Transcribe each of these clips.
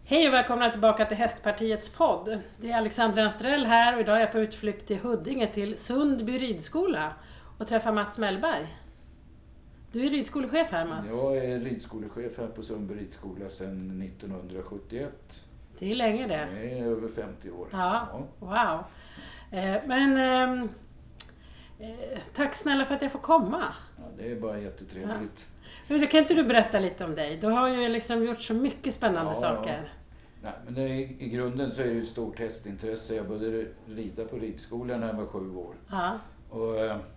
Hej och välkomna tillbaka till Hästpartiets podd. Det är Alexandra Anstrell här och idag är jag på utflykt till Huddinge till Sundby ridskola och träffar Mats Mellberg. Du är ridskolechef här, Mats. Jag är ridskolechef här på Sundby ridskola sedan 1971. Det är länge det. Det är över 50 år. Ja. Wow. Tack snälla för att jag får komma. Ja, det är bara jättetrevligt. Ja. Kan inte du berätta lite om dig? Du har ju liksom gjort så mycket spännande saker. Ja. Nej, men i grunden så är det ett stort hästintresse. Jag började rida på ridskolan när jag var 7 år. Ja. Och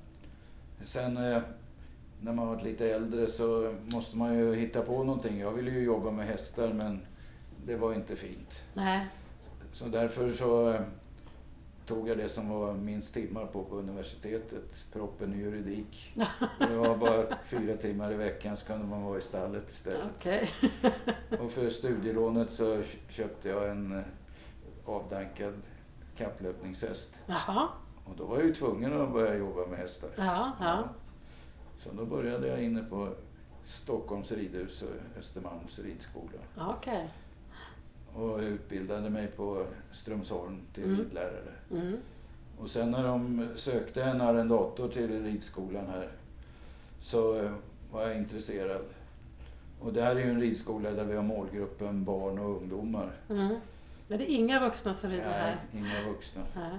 sen när man var lite äldre så måste man ju hitta på någonting. Jag ville ju jobba med hästar men det var inte fint. Nej. Så därför så tog jag det som var minst timmar på universitetet, proppen i juridik. Det var bara 4 timmar i veckan så kunde man vara i stallet istället. Okay. Och för studielånet så köpte jag en avdankad kapplöpningshäst. Jaha. Och då var jag ju tvungen att börja jobba med hästar. Ja. Så då började jag inne på Stockholms ridhus och Östermalms ridskola. Okej. Och utbildade mig på Strömsholm till ridlärare. Mm. Och sen när de sökte en arrendator till ridskolan här så var jag intresserad. Och det här är ju en ridskola där vi har målgruppen barn och ungdomar. Mm. Men det är inga vuxna som rider här? Nej, inga vuxna.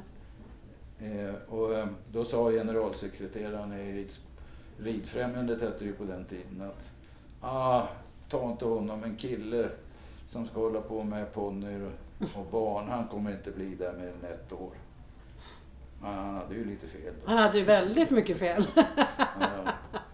Nej. Och då sa generalsekreteraren i Ridfrämjandet, hette det ju på den tiden, att ta inte honom, en kille som ska hålla på med ponnyer och barn, han kommer inte bli där mer än 1 år. Han hade ju lite fel då. Han hade ju väldigt mycket fel. Ja.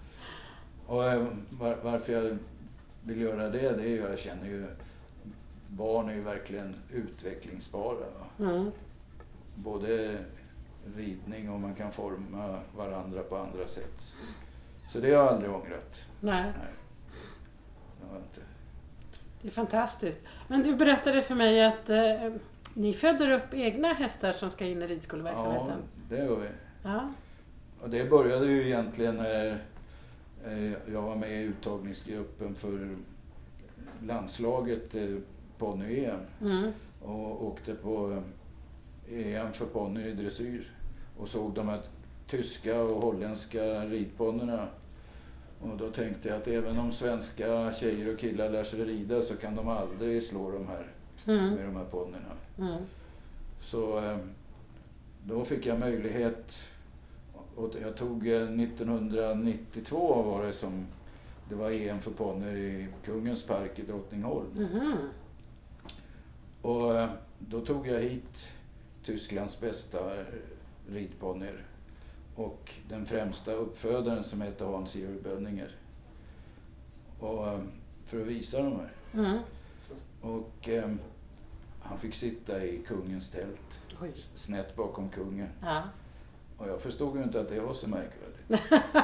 Och varför jag vill göra det är ju, jag känner ju, barn är ju verkligen utvecklingsbara. Mm. Både ridning och man kan forma varandra på andra sätt. Så det har jag aldrig ångrat. Nej. Det har inte. Det är fantastiskt. Men du berättade för mig att ni föder upp egna hästar som ska in i ridskoleverksamheten. Ja, det gör vi. Ja. Och det började ju egentligen när jag var med i uttagningsgruppen för landslaget ponny-EM. Mm. Och åkte på EM för ponny i dressyr. Och såg de här tyska och holländska ridponnyerna. Och då tänkte jag att även om svenska tjejer och killar lär sig rida så kan de aldrig slå de här med de här ponnyerna. Mm. Så då fick jag möjlighet, och jag tog 1992 var det som det var EM för ponnyer i Kungens park i Drottningholm. Mm. Och då tog jag hit Tysklands bästa ridponnyer och den främsta uppfödaren som heter Hans-Georg Bönninger. Och för att visa dem här. Mm. Och han fick sitta i kungens tält, snett bakom kungen. Ja. Och jag förstod ju inte att det var så märkvärdigt.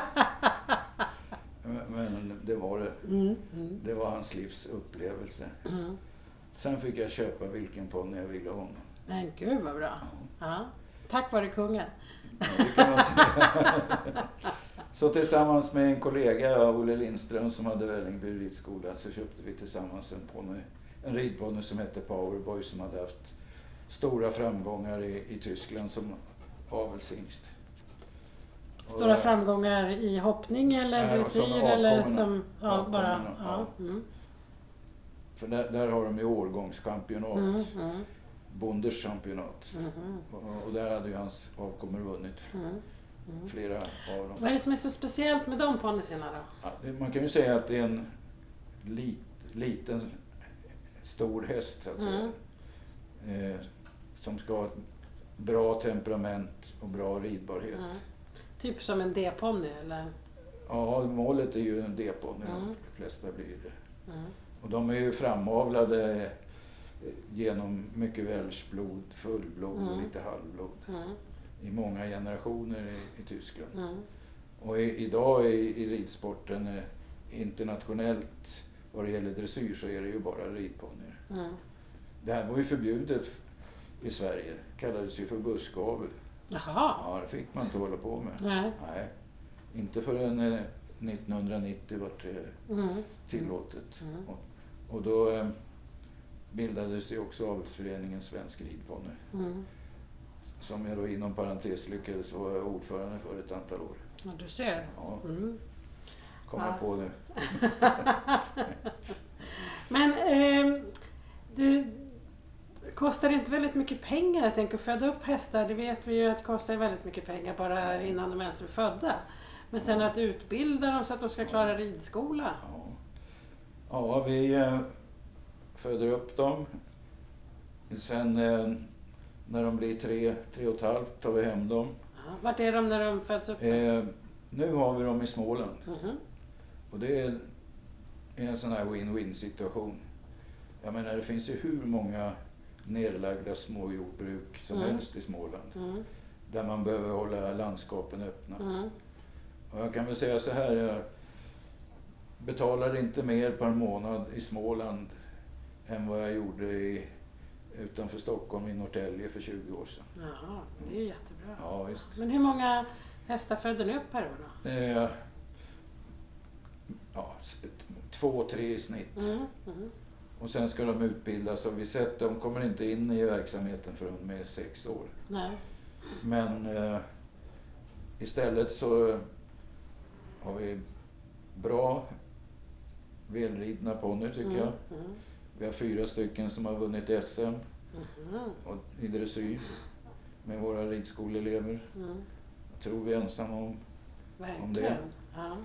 Men det var det. Mm. Det var hans livs upplevelse. Mm. Sen fick jag köpa vilken ponny jag ville ha honom. Men gud vad bra. Ja. Tack vare kungen. Ja, det kan man säga. Så tillsammans med en kollega, Olle Lindström, som hade Vällingby ridskola, så köpte vi tillsammans en ridponny som hette Powerboy, som hade haft stora framgångar i Tyskland som avelshingst. Stora framgångar i hoppning eller dressyr eller som bara... Ja. Mm. För där har de ju årgångschampionat. Bonders championat. Och där hade ju hans avkommor vunnit flera av dem. Vad är det som är så speciellt med de ponnyerna då? Ja, man kan ju säga att det är en liten, stor häst så att säga. Som ska ha ett bra temperament och bra ridbarhet. Typ som en D-ponny eller? Ja, målet är ju en D-ponny. De flesta blir det. Och de är ju framavlade genom mycket välsblod, fullblod och lite halvblod. I många generationer i Tyskland. Och idag i ridsporten internationellt vad det gäller dressyr så är det ju bara ridponnyer. Det här var ju förbjudet i Sverige. Kallades ju för buskavel. Jaha. Ja, det fick man inte hålla på med. Nej. Inte förrän 1990 var det tillåtet. Och då bildades ju också avelsföreningen Svensk ridponny. Som jag då inom parentes lyckades vara ordförande för ett antal år. Ja, du ser. Ja. Kommer jag på nu. Men det kostar inte väldigt mycket pengar, jag tänker, att föda upp hästar? Det vet vi ju att det kostar väldigt mycket pengar bara innan de ens är födda. Men sen att utbilda dem så att de ska klara ridskola. Ja, vi föder upp dem. Sen när de blir 3,5 tar vi hem dem. Ja, vart är de när de föds upp? Nu har vi dem i Småland. Och det är en sån här win-win situation. Jag menar, det finns ju hur många nedlagda småjordbruk som helst i Småland. Där man behöver hålla landskapen öppna. Och jag kan väl säga så här, jag betalar inte mer per månad i Småland än vad jag gjorde utanför Stockholm i Norrtälje för 20 år sedan. Jaha, det är ju jättebra. Ja, visst. Men hur många hästar föder ni upp per år då? 2-3 i snitt. Och sen ska de utbildas, och vi sett de kommer inte in i verksamheten förrän de är 6 år. Nej. Men istället så har vi bra välridna ponnyer tycker jag. Vi har 4 stycken som har vunnit SM och i dressyr med våra ridskoleelever. Jag tror vi är ensamma om det. Ja.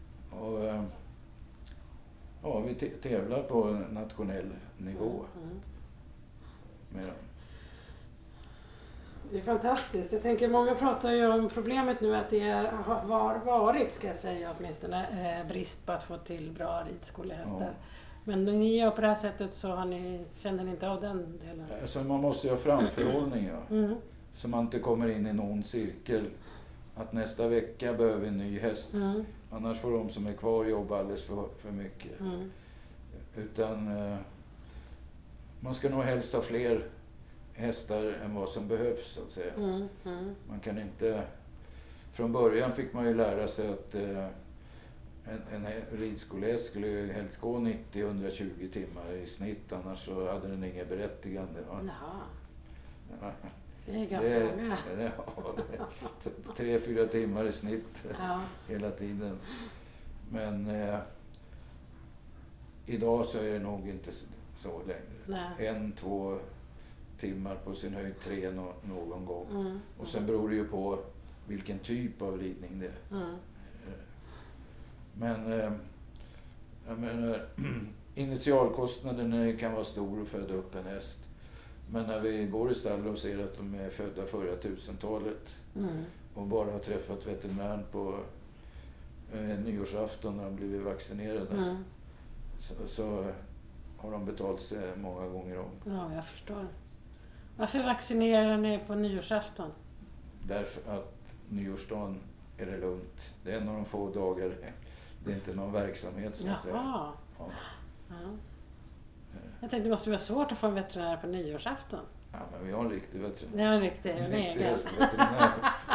Och vi tävlar på nationell nivå med dem. Det är fantastiskt. Jag tänker, många pratar ju om problemet nu att det har varit, ska jag säga åtminstone, brist på att få till bra ridskolehästar. Ja. Men när ni gör på det här sättet så känner ni inte av den delen? Alltså man måste ju ha framförhållning, så man inte kommer in i någon cirkel. Att nästa vecka behöver vi en ny häst. Annars får de som är kvar jobba alldeles för mycket. Utan man ska nog helst ha fler hästar än vad som behövs, så att säga. Man kan inte... Från början fick man ju lära sig att en ridskolehäst skulle ju helst gå 90-120 timmar i snitt, annars så hade den inget berättigande. Ja. Det är ganska många. 3-4 timmar i snitt hela tiden. Men idag så är det nog inte så längre. 1-2 timmar på sin höjd, 3 någon gång. Och sen beror det ju på vilken typ av ridning det är. Men jag menar, initialkostnaden kan vara stor att föda upp en häst. Men när vi går i stall och ser att de är födda förra 1000-talet och bara har träffat veterinären på nyårsafton när de blivit vaccinerade, så har de betalt sig många gånger om. Ja, jag förstår. Varför vaccinerar ni på nyårsafton? Därför att nyårsdagen är det lugnt. Det är en av de få dagar, det är inte någon verksamhet så att säga. Ja. Jag tänkte det måste vara svårt att få en veterinär på nyårsafton. Ja, men vi har en riktig veterinär. Ni har en riktig hästveterinär.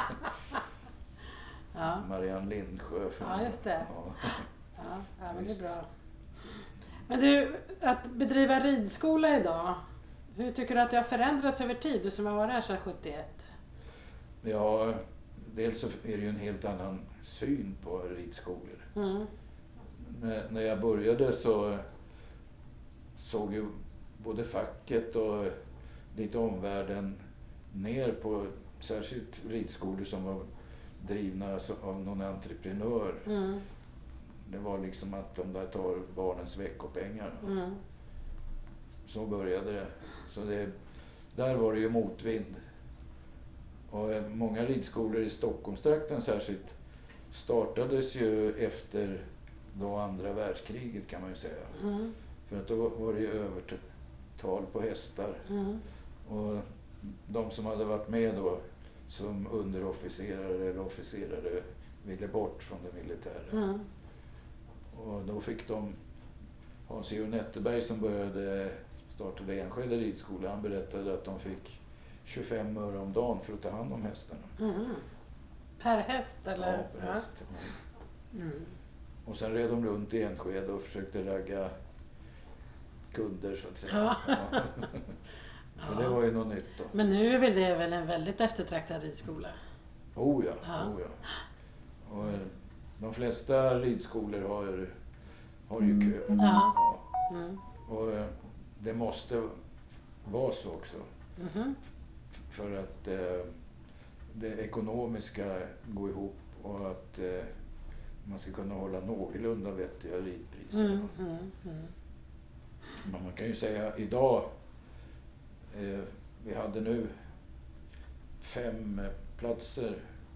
Marianne Lindsjö. Ja, just det. Ja, men det är bra. Men du, att bedriva ridskola idag, hur tycker du att det har förändrats över tid, du som har varit här sedan 71? Ja, dels så är det ju en helt annan syn på ridskolor. När jag började så såg ju både facket och lite omvärlden ner på särskilt ridskolor som var drivna av någon entreprenör. Det var liksom att de där tar barnens veckopengar. Så började det. Så där var det ju motvind. Och många ridskolor i Stockholmstrakten särskilt startades ju efter då andra världskriget, kan man ju säga. För att då var det ju övertal på hästar. Och de som hade varit med då som underofficerare eller officerare ville bort från det militära. Och då fick de Hans-Georg Netterberg som startade Enskede ridskola, han berättade att de fick 25 öre om dagen för att ta hand om hästarna. Per häst eller? Ja, per häst. Och sen red de runt i Enskede och försökte ragga kunder så att säga. Ja. Ja. För det var ju något nytt då. Men nu är det väl en väldigt eftertraktad ridskola? Oh ja, Ja. oh ja. Och de flesta ridskolor har ju kö. Ja. Ja. Mm. Och det måste vara så också. Mhm. För att det ekonomiska går ihop och att man ska kunna hålla någorlunda vettiga ridpriser. Mm. Mm. Mm. Men man kan ju säga idag, vi hade nu 5 platser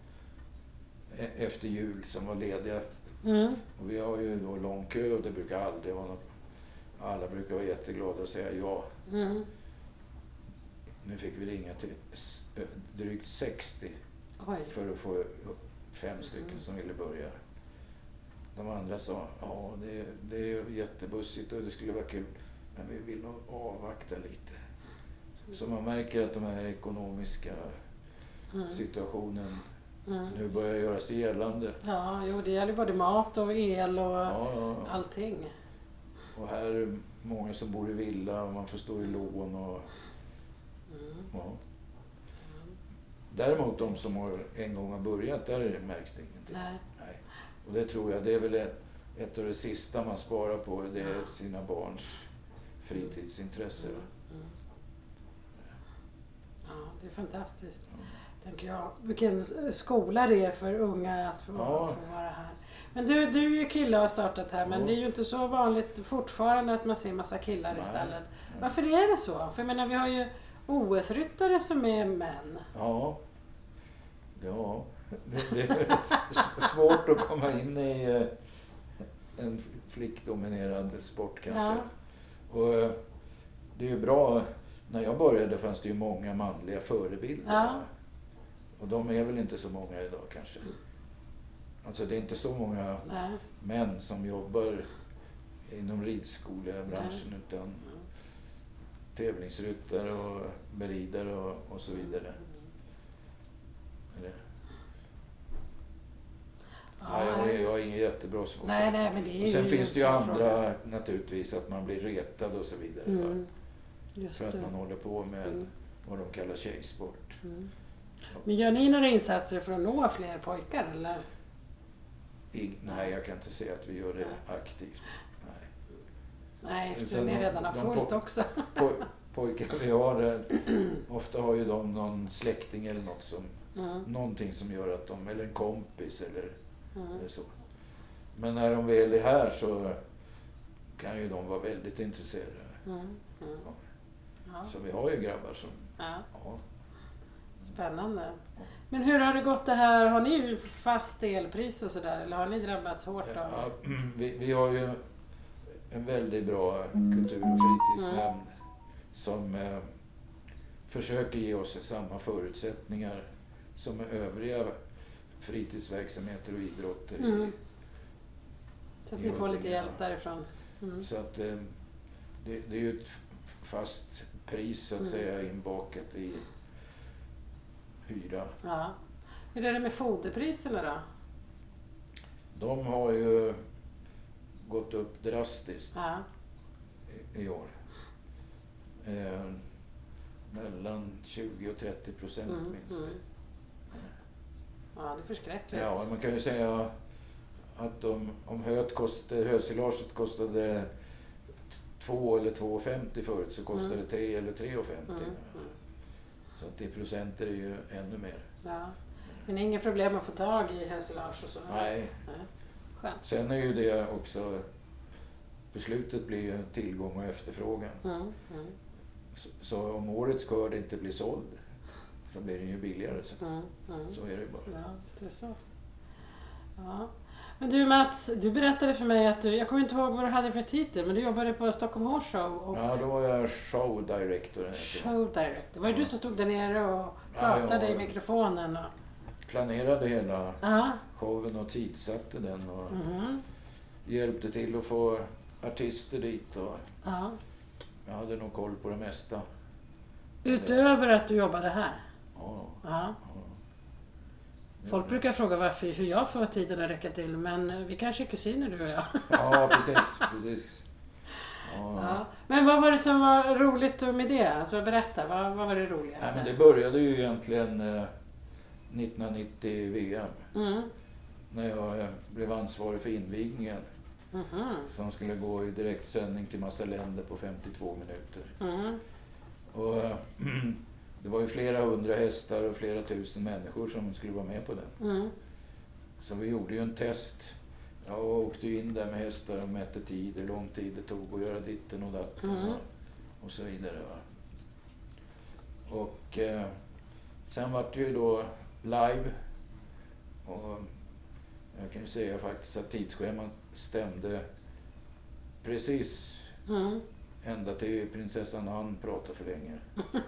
efter jul som var lediga. Mm. Och vi har ju då lång kö och det brukar aldrig vara något. Alla brukar vara jätteglada och säga ja. Mm. Nu fick vi ringa till drygt 60 Oj. för att få 5 stycken som ville börja. De andra sa, ja det är ju jättebussigt och det skulle vara kul, men vi vill nog avvakta lite. Så man märker att de här ekonomiska situationen nu börjar göra sig gällande. Ja, jo, det gäller både mat och el och Ja. allting. Och här är det många som bor i villa och man får stå i lån och ja. Däremot de som en gång har börjat, där märks det ingenting. Nej. Och det tror jag, det är väl ett av det sista man sparar på, det är sina barns fritidsintresse. Ja, det är fantastiskt. Tänker jag. Vilken skola det är för unga att få vara här. Men du är ju kille och har startat här, men det är ju inte så vanligt fortfarande att man ser massa killar istället. Varför är det så? För jag menar, vi har ju OS-ryttare som är män. Ja. Det är svårt att komma in i en flickdominerad sport kanske. Ja. Och det är ju bra, när jag började fanns det ju många manliga förebilder. Ja. Och de är väl inte så många idag kanske. Alltså det är inte så många män som jobbar inom ridskolebranschen utan tävlingsryttare och beridare och så vidare. Jag har ingen jättebra svar. Nej, men det är och sen ju finns det ju andra fråga. naturligtvis, att man blir retad och så vidare. Just för att det. man håller på med vad de kallar tjejsport. Men gör ni några insatser för att nå fler pojkar eller? Nej, jag kan inte säga att vi gör det aktivt. Nej, eftersom ni redan har fullt också. Pojkar vi har, ofta har ju de någon släkting eller något som, någonting som gör att de, eller en kompis eller så. Men när de väl är här så kan ju de vara väldigt intresserade. Ja. Så vi har ju grabbar som... Ja. Ja. Spännande. Men hur har det gått det här? Har ni ju fast elpris och sådär? Eller har ni drabbats hårt av? Ja, vi har ju en väldigt bra kultur- och fritidsnämnd som försöker ge oss samma förutsättningar som övriga fritidsverksamheter och idrotter. Så att ni får lite hjälp därifrån. Så att det är ju ett fast pris så att säga inbakat i hyra. Ja. Hur är det med foderpriserna då? De har ju gått upp drastiskt i år. Mellan 20 och 30% minst. Ja, det är förskräckligt. Ja, man kan ju säga att om hösilaget kostade 2 eller 2,50 förut så kostade det 3 eller 3,50. Så att i procent är det ju ännu mer. Ja. Men inga problem att få tag i hösilage och så? Nej. Skönt. Sen är ju det också, beslutet blir ju tillgång och efterfrågan. Så om årets skörd inte blir såld så blir det ju billigare. Så är det bara. Ja, visst är det så. Ja. Men du Mats, du berättade för mig att jag kommer inte ihåg vad du hade för titel, men du jobbade på Stockholm Horse Show. Och ja, då var jag show director. Show director. Var det du som stod där nere och pratade i mikrofonen? Och... planerade hela showen och tidsatte den och hjälpte till att få artister dit. Och jag hade nog koll på det mesta. Utöver att du jobbade här? Ja. Folk brukar fråga hur jag får tiden att räcka till, men vi kanske är kusiner du och jag. Ja, precis. Ja. Men vad var det som var roligt med det? Alltså berätta, vad var det roligaste? Nej, men det började ju egentligen 1990 VM. När jag blev ansvarig för invigningen. Som skulle gå i direktsändning till massa länder på 52 minuter. Och det var ju flera hundra hästar och flera tusen människor som skulle vara med på den. Så vi gjorde ju en test. Jag åkte in där med hästar och mätte tid, hur lång tid det tog att göra ditten och datten och så vidare. Va? Och sen var det ju då live. Och jag kan ju säga faktiskt att tidsschemat stämde precis ända till prinsessan Anne pratade för länge.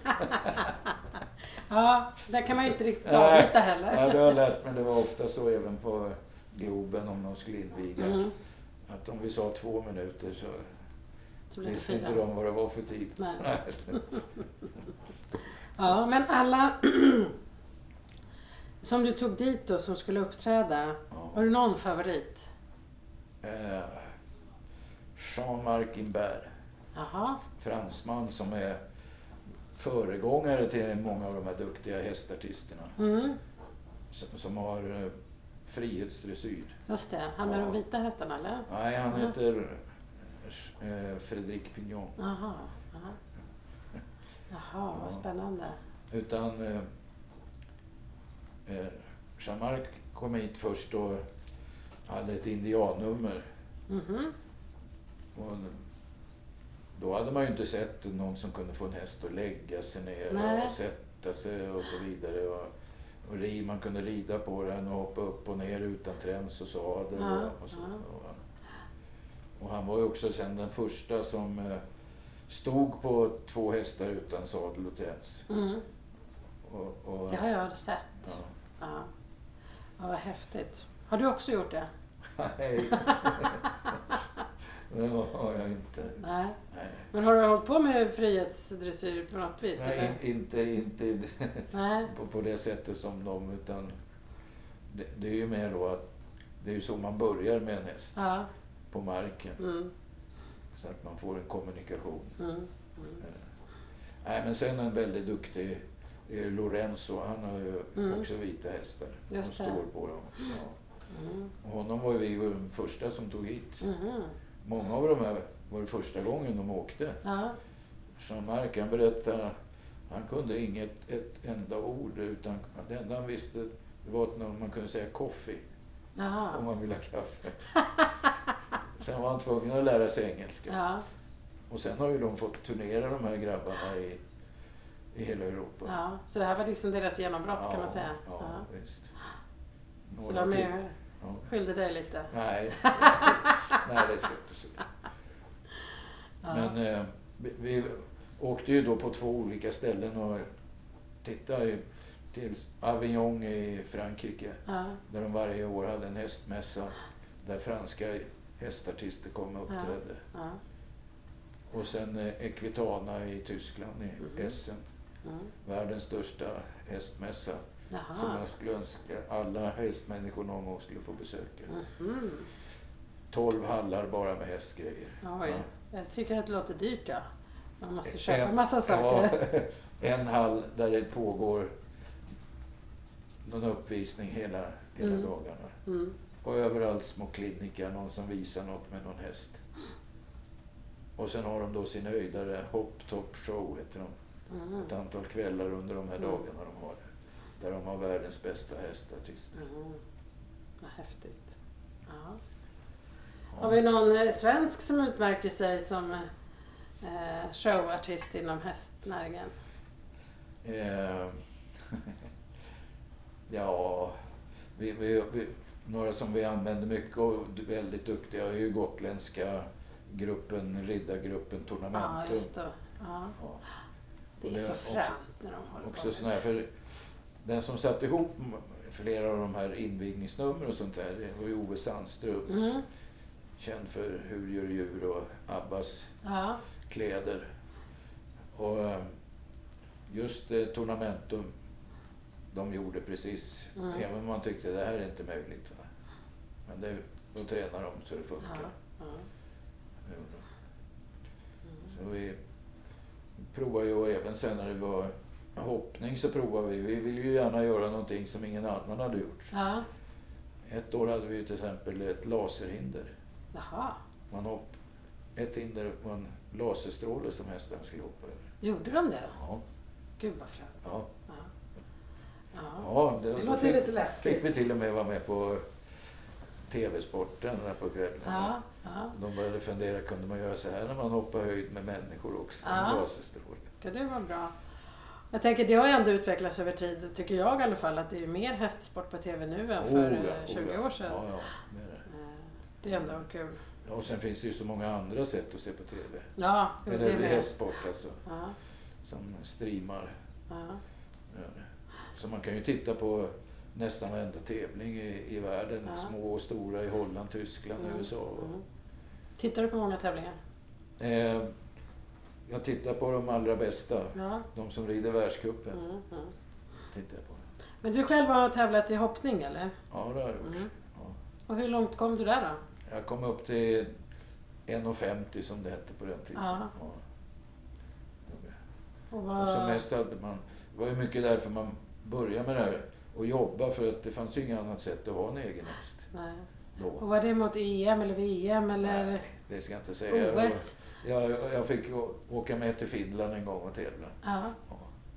Ja, där kan man ju inte riktigt avbryta heller. Ja, det har jag lärt mig. Det var ofta så även på Globen om de skulle inviga. Att om vi sa 2 minuter så visste inte de vad det var för tid. Nej. Ja, men alla som du tog dit då som skulle uppträda, har du någon favorit? Jean-Marc Imbert. Aha. Fransman som är föregångare till många av de här duktiga hästartisterna. Som har frihetsdressyr. Just det, han med de vita hästarna eller? Nej, han heter Frédéric Pignon. Jaha, vad spännande. Utan Jean-Marc kom hit först och hade ett indiannummer. Och då hade man ju inte sett någon som kunde få en häst att lägga sig ner och sätta sig och så vidare. Och man kunde rida på den och hoppa upp och ner utan träns och sadel. Och han var ju också sen den första som stod på 2 hästar utan sadel och träns. Och, det har jag sett. Ja, vad häftigt. Har du också gjort det? Nej. Det har jag inte. Nej. Men har du hållit på med frihetsdressyr på något vis? Nej, eller? inte på det sättet som de, utan det är ju mer då att det är ju så man börjar med en häst på marken. Så att man får en kommunikation. Nej, men sen en väldigt duktig Lorenzo, han har ju också vita hästar. De står på dem. Och honom var ju vi den första som tog hit. Många av de här var det första gången de åkte. Jean-Marc, han berättade, han kunde inget ett enda ord, utan det enda han visste det var att man kunde säga coffee. Om man ville ha kaffe. Sen var han tvungen att lära sig engelska. Och sen har ju de fått turnera de här grabbarna i hela Europa. Så det här var liksom deras genombrott kan man säga. Ja, visst. Så de skyllde dig lite? Nej, det ska jag inte säga. Men vi åkte ju då på 2 olika ställen och tittade till Avignon i Frankrike. Där de varje år hade en hästmässa där franska hästartister kom och uppträdde. Och sen Equitana i Tyskland i Essen. Världens största hästmässa. Som jag skulle önska alla hästmänniskor någon gång skulle få besöka. 12 hallar bara med hästgrejer. Jag tycker att det låter dyrt. Man måste köpa en massa saker. En hall där det pågår någon uppvisning hela dagarna. Och överallt små kliniker, någon som visar något med någon häst. Och sen har de då sin höjdare, Hop Top Show heter de. Ett antal kvällar under de här dagarna de har. Där de har världens bästa hästartister. Vad häftigt. Har vi någon svensk som utmärker sig som showartist inom hästnäringen? Några som vi använder mycket och väldigt duktiga är ju gotländska riddargruppen Tornamentum. Ja, just det. Det är så fränt när de håller också sån här, för den som satte ihop flera av de här invigningsnummer och sånt där, det var ju Ove Sandström. Känd för Hur gör djur och Abbas kläder. Och just Tornamentum, de gjorde precis, även om man tyckte det här är inte möjligt. Va? Men då tränar de så det funkar. Så vi provar ju, och även sen när det var hoppning så provar vi. Vi vill ju gärna göra någonting som ingen annan hade gjort. Ja. Ett år hade vi till exempel ett laserhinder. Jaha. Ett hinder var en laserstråle som hästarna skulle hoppa över. Gjorde de det? Ja. Gud vad fränt. Ja. Ja. Ja, Det låter lite läskigt. Fick vi till och med vara med på TV-sporten där på kvällen. Ja. De började fundera, kunde man göra så här när man hoppar höjd med människor också? Ja. En laserstråle. Ja, det var bra. Jag tänker, det har ju ändå utvecklats över tid, tycker jag i alla fall, att det är mer hästsport på TV nu än för 20 år sedan. Ja, det är det. Det är ändå kul. Ja, och sen finns det ju så många andra sätt att se på TV. Ja, eller det är med. hästsport alltså. Ja. Som streamar. Ja. Så man kan ju titta på nästan varenda tävling i världen. Ja. Små och stora i Holland, Tyskland, USA. Tittar du på många tävlingar? Jag tittar på de allra bästa. Ja. De som rider världscupen. Tittar jag på. Men du själv har tävlat i hoppning, eller? Ja, det har jag gjort. Ja. Och hur långt kom du där då? Jag kom upp till 1,50 som det hette på den tiden. Ja. Ja. Och Och som mest hade man... Det var ju mycket därför man började med det här. Och jobba, för att det fanns ju inget annat sätt att ha en egen häst. Nej. Då. Och var det mot EM eller VM eller? Nej, det ska jag inte säga. OS? Jag fick åka med till Finland en gång och tävla. Ja. Ja.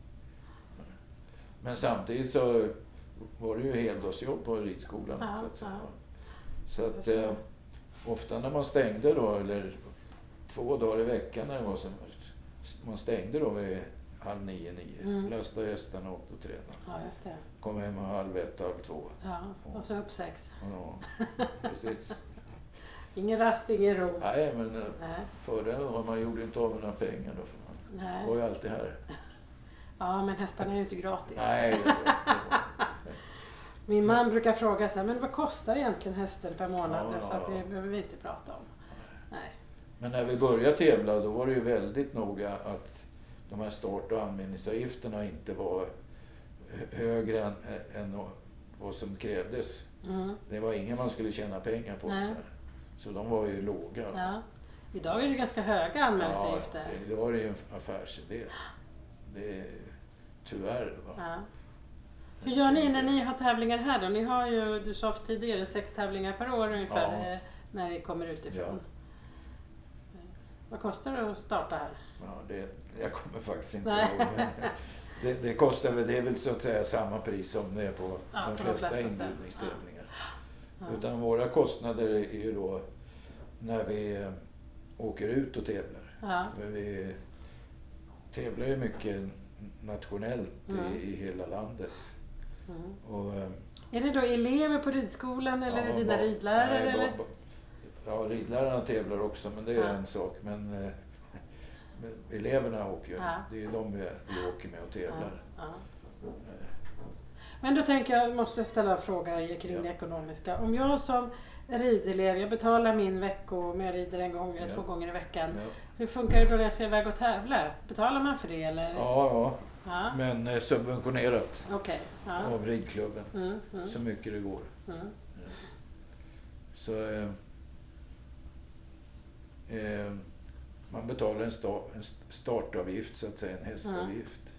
Men samtidigt så var det ju heldagsjobb på ridskolan. Ja, så att säga. ja. Så att ofta när man stängde då, eller 2 dagar i veckan när det var som man stängde då vid 8:30, lastade hästarna och åkte och tränade. Ja, just det. Kom hem 1:30, 2:30. Ja, och så upp 6. Ja, precis. Ingen rast, ingen ro. Nej, men Nej. förra man gjorde inte av med några pengar då, för man Nej. var ju alltid här. Ja, men hästarna är ju inte gratis. Nej, det var inte. Min man brukar fråga så här, men vad kostar egentligen hästen per månad? Ja, Så att det behöver vi inte prata om. Nej. Men när vi började tävla då var det ju väldigt noga att de här start- och anmälningsavgifterna inte var högre än vad som krävdes. Det var ingen man skulle tjäna pengar på. Så de var ju låga. Ja. Idag är det ganska höga anmälningsavgifter. Ja, det var ju en affärsidé. Det är tyvärr. Va? Ja. Hur gör ni när ni har tävlingar här då? Ni har ju, du sa tidigare, 6 tävlingar per år ungefär när ni kommer utifrån. Ja. Vad kostar det att starta här? Ja, jag kommer faktiskt inte ihåg. Det kostar väl, det är väl så att säga samma pris som det är på de flesta inbjudningstävlingar. Ja. Utan våra kostnader är ju då när vi åker ut och tävlar. Ja. För vi tävlar ju mycket nationellt i hela landet. Och, är det då elever på ridskolan eller är det dina ridlärare? Nej, eller? Ja, ridlärarna tävlar också, men det är en sak. Men eleverna åker ju. Det är ju de vi åker med och tävlar. Men då tänker jag, måste ställa en fråga kring det ekonomiska. Om jag som ridelev, jag betalar min vecko med jag rider en gång eller 2 gånger i veckan. Hur funkar det då när jag ska iväg och tävla? Betalar man för det eller? Ja. Men subventionerat av ridklubben. Så mycket det går. Så man betalar en startavgift, så att säga, en hästavgift.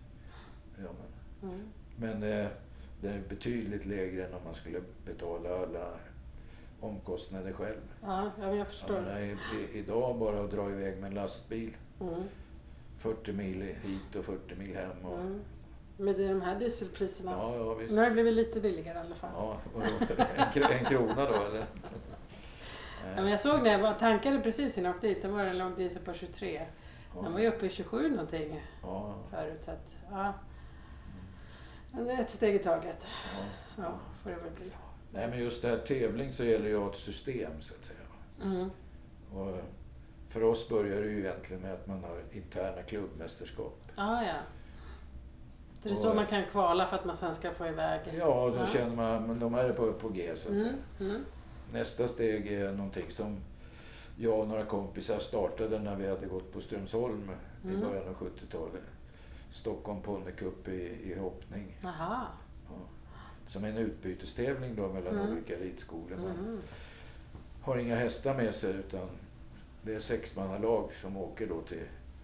Men det är betydligt lägre än om man skulle betala alla omkostnader själv. Ja, jag förstår. Idag bara att dra iväg med en lastbil. 40 mil hit och 40 mil hem. Och... Med de här dieselpriserna. Ja, visst. Nu har det blivit lite billigare i alla fall. Ja, en krona då eller? Ja, men jag såg när jag tankade precis innan jag åkte dit, det var en lång diesel på 23. Den var ju uppe i 27 någonting förut. Så att, ett steg i taget. Ja, får det väl bli. Nej, men just det här tävling så gäller det att ha ett system, så att säga. Och för oss börjar det ju egentligen med att man har interna klubbmästerskap. Ja. Så det är så man kan kvala för att man sen ska få iväg. Ja, då känner man, men de här är på G, så att säga. Nästa steg är någonting som jag och några kompisar startade när vi hade gått på Strömsholm i början av 70-talet. Stockholm Pony Cup i hoppning. Aha. Ja. Som en utbytestävling då mellan olika ridskolor. Man har inga hästar med sig, utan det är 6-mannalag som åker då till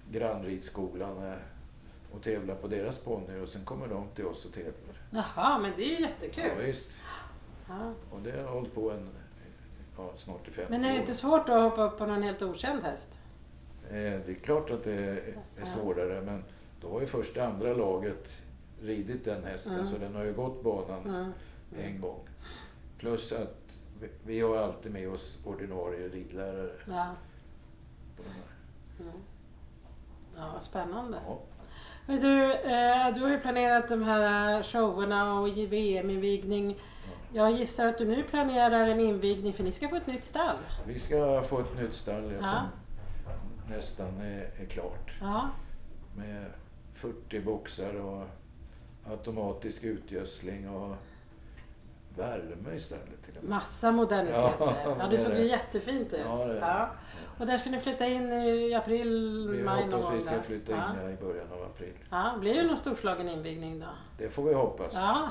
grannridskolan och tävlar på deras ponnyer och sen kommer de till oss och tävlar. Jaha, men det är ju jättekul. Ja, visst. Ja. Och det har hållit på snart i 50 år. Men är det inte svårt att hoppa upp på någon helt okänd häst? Det är klart att det är svårare, men då har ju första andra laget ridit den hästen så den har ju gått banan en gång. Plus att vi har alltid med oss ordinarie ridlärare. Ja. På de här. Ja, spännande. Ja. Men du har ju planerat de här showerna och VM-invigning. Jag gissar att du nu planerar en invigning för ni ska få ett nytt stall. Vi ska få ett nytt stall som nästan är klart. Ja. Med 40 boxar och automatisk utgödsling och värme istället. Till och med. Massa moderniteter. Ja, det såg ju jättefint ut. Ja, det är det. Ja. Och där ska ni flytta in i april, maj någon gång. Vi hoppas vi ska flytta in i början av april. Ja, blir det någon storslagen invigning då? Det får vi hoppas. Ja.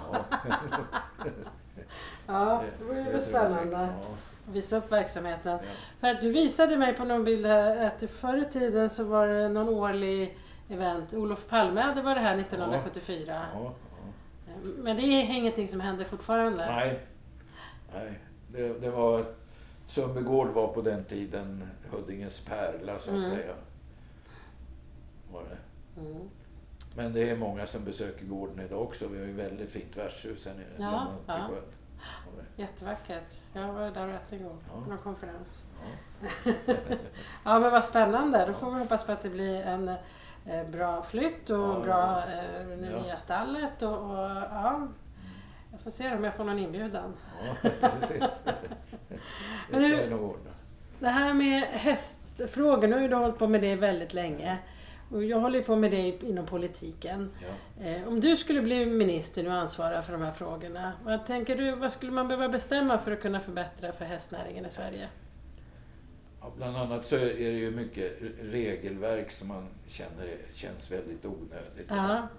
Ja, det vore väl spännande. Ja. Visa upp verksamheten. Ja. För att du visade mig på någon bild här att förr i tiden så var det någon årlig event. Olof Palme hade varit här 1974. Ja. Men det är ingenting som händer fortfarande? Nej. Det var... Sundbygård var på den tiden Huddinges pärla så att säga. Var det. Men det är många som besöker gården idag också. Vi har ju väldigt fint värdshus här nere. Ja. Jättevackert. Jag var där och äta en gång på någon konferens. Ja. Ja, men vad spännande. Då får vi hoppas på att det blir en bra flytt och bra nya stallet. Och jag får se om jag får någon inbjudan. Ja, precis. Det ska jag nog ordna. Det här med hästfrågor, nu har ju du hållit på med det väldigt länge. Och jag håller ju på med det inom politiken. Ja. Om du skulle bli minister och ansvara för de här frågorna, vad tänker du, vad skulle man behöva bestämma för att kunna förbättra för hästnäringen i Sverige? Ja, bland annat så är det ju mycket regelverk som man känns väldigt onödigt. Ja.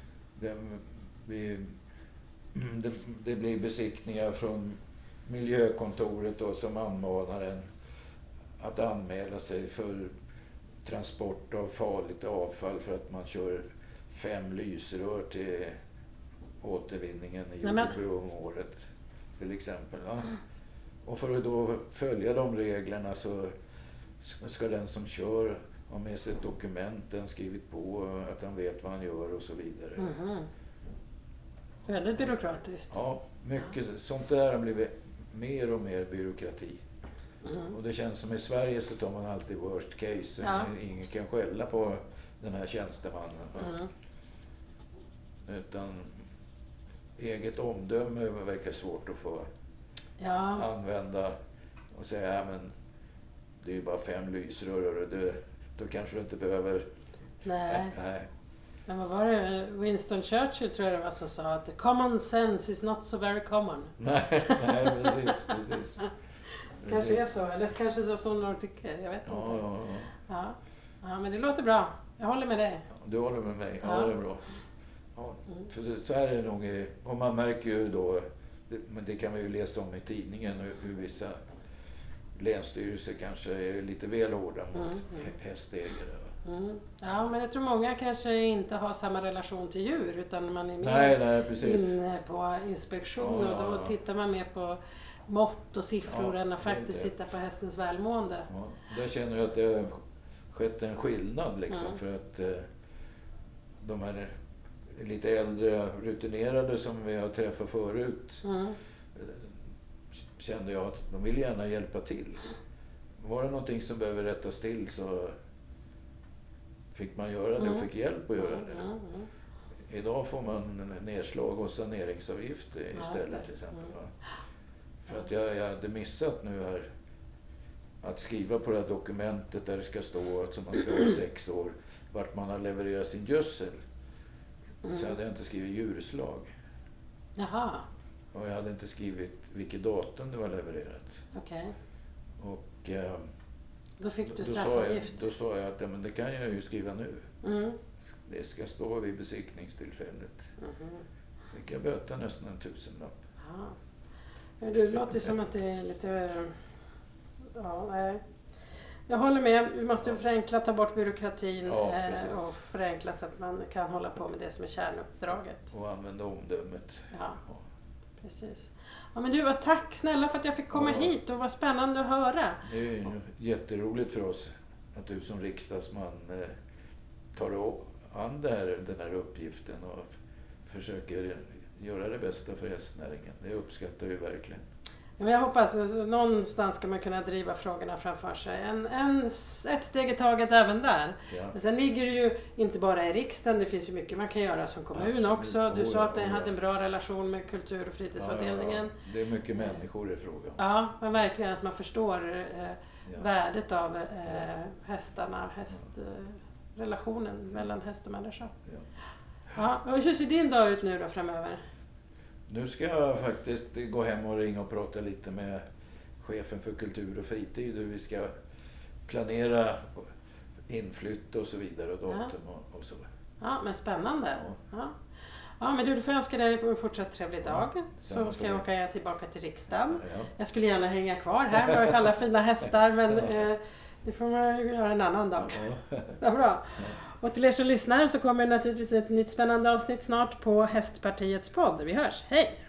Det blir besiktningar från miljökontoret då, som anmanar en att anmäla sig för transport av farligt avfall för att man kör 5 lysrör till återvinningen i Jordbro om året till exempel. Ja. Och för att då följa de reglerna så ska den som kör ha med sig ett dokument, den skrivit på att han vet vad han gör och så vidare. Väldigt byråkratiskt. Ja, mycket. Sånt där har blivit mer och mer byråkrati. Och det känns som i Sverige så tar man alltid worst case. Ja. Ingen kan skälla på den här tjänstemannen. Utan eget omdöme verkar svårt att få använda och säga men det är ju bara 5 lysrör och då kanske du inte behöver... Nej. Men vad var det? Winston Churchill tror jag det var som sa att common sense is not so very common. Nej, precis. Kanske är så, eller kanske så som någon tycker, jag vet inte. Ja, men det låter bra. Jag håller med dig. Du håller med mig, ja det är bra. Ja, för så är det nog, och man märker ju då, men det kan man ju läsa om i tidningen, hur vissa länsstyrelser kanske är lite väl hårda mot hästägare. Ja, men jag tror många kanske inte har samma relation till djur utan man är mer inne på inspektion och då tittar man mer på mått och siffror än att faktiskt titta på hästens välmående. Ja, där känner jag att det har skett en skillnad liksom, för att de här lite äldre rutinerade som vi har träffat förut kände jag att de vill gärna hjälpa till. Var det någonting som behöver rättas till så fick man göra det och fick hjälp att göra det. Idag får man nedslag och saneringsavgift istället till exempel. För att jag hade missat nu här att skriva på det här dokumentet där det ska stå att man ska ha 6 år vart man har levererat sin gödsel. Så hade jag inte skrivit djurslag. Jaha. Och jag hade inte skrivit vilket datum det var levererat. Okej. Och då fick du straffavgift. Då sa jag att men det kan jag ju skriva nu. Det ska stå vid besiktningstillfället. Fick jag böta nästan 1000-lapp. Det låter som att det är lite... Ja, nej. Jag håller med. Vi måste förenkla, ta bort byråkratin precis. och förenkla så att man kan hålla på med det som är kärnuppdraget. Och använda omdömet. Ja, precis. Ja, men du, tack snälla för att jag fick komma hit och var spännande att höra. Det är ju jätteroligt för oss att du som riksdagsman tar an den här uppgiften och försöker göra det bästa för hästnäringen. Det uppskattar vi verkligen. Men jag hoppas att någonstans ska man kunna driva frågorna framför sig. Ett steg i taget även där. Ja. Men sen ligger det ju inte bara i riksdagen, det finns ju mycket man kan göra som kommun också. Du sa att ni hade en bra relation med kultur- och fritidsavdelningen. Ja. Det är mycket människor i frågan. Ja, men verkligen att man förstår värdet av hästarna, relationen mellan häst och människa. Ja. Och hur ser din dag ut nu då framöver? Nu ska jag faktiskt gå hem och ringa och prata lite med chefen för kultur och fritid. Hur vi ska planera inflytt och så vidare och datum och så. Ja, men spännande. Ja, men du får önska dig en fortsatt trevlig dag. Så ska jag åka tillbaka till riksdagen. Ja. Jag skulle gärna hänga kvar här. Vi har ju alla fina hästar, men det får man ju göra en annan dag. Ja, bra. Och till er som lyssnar så kommer naturligtvis ett nytt spännande avsnitt snart på Hästpartiets podd. Vi hörs. Hej!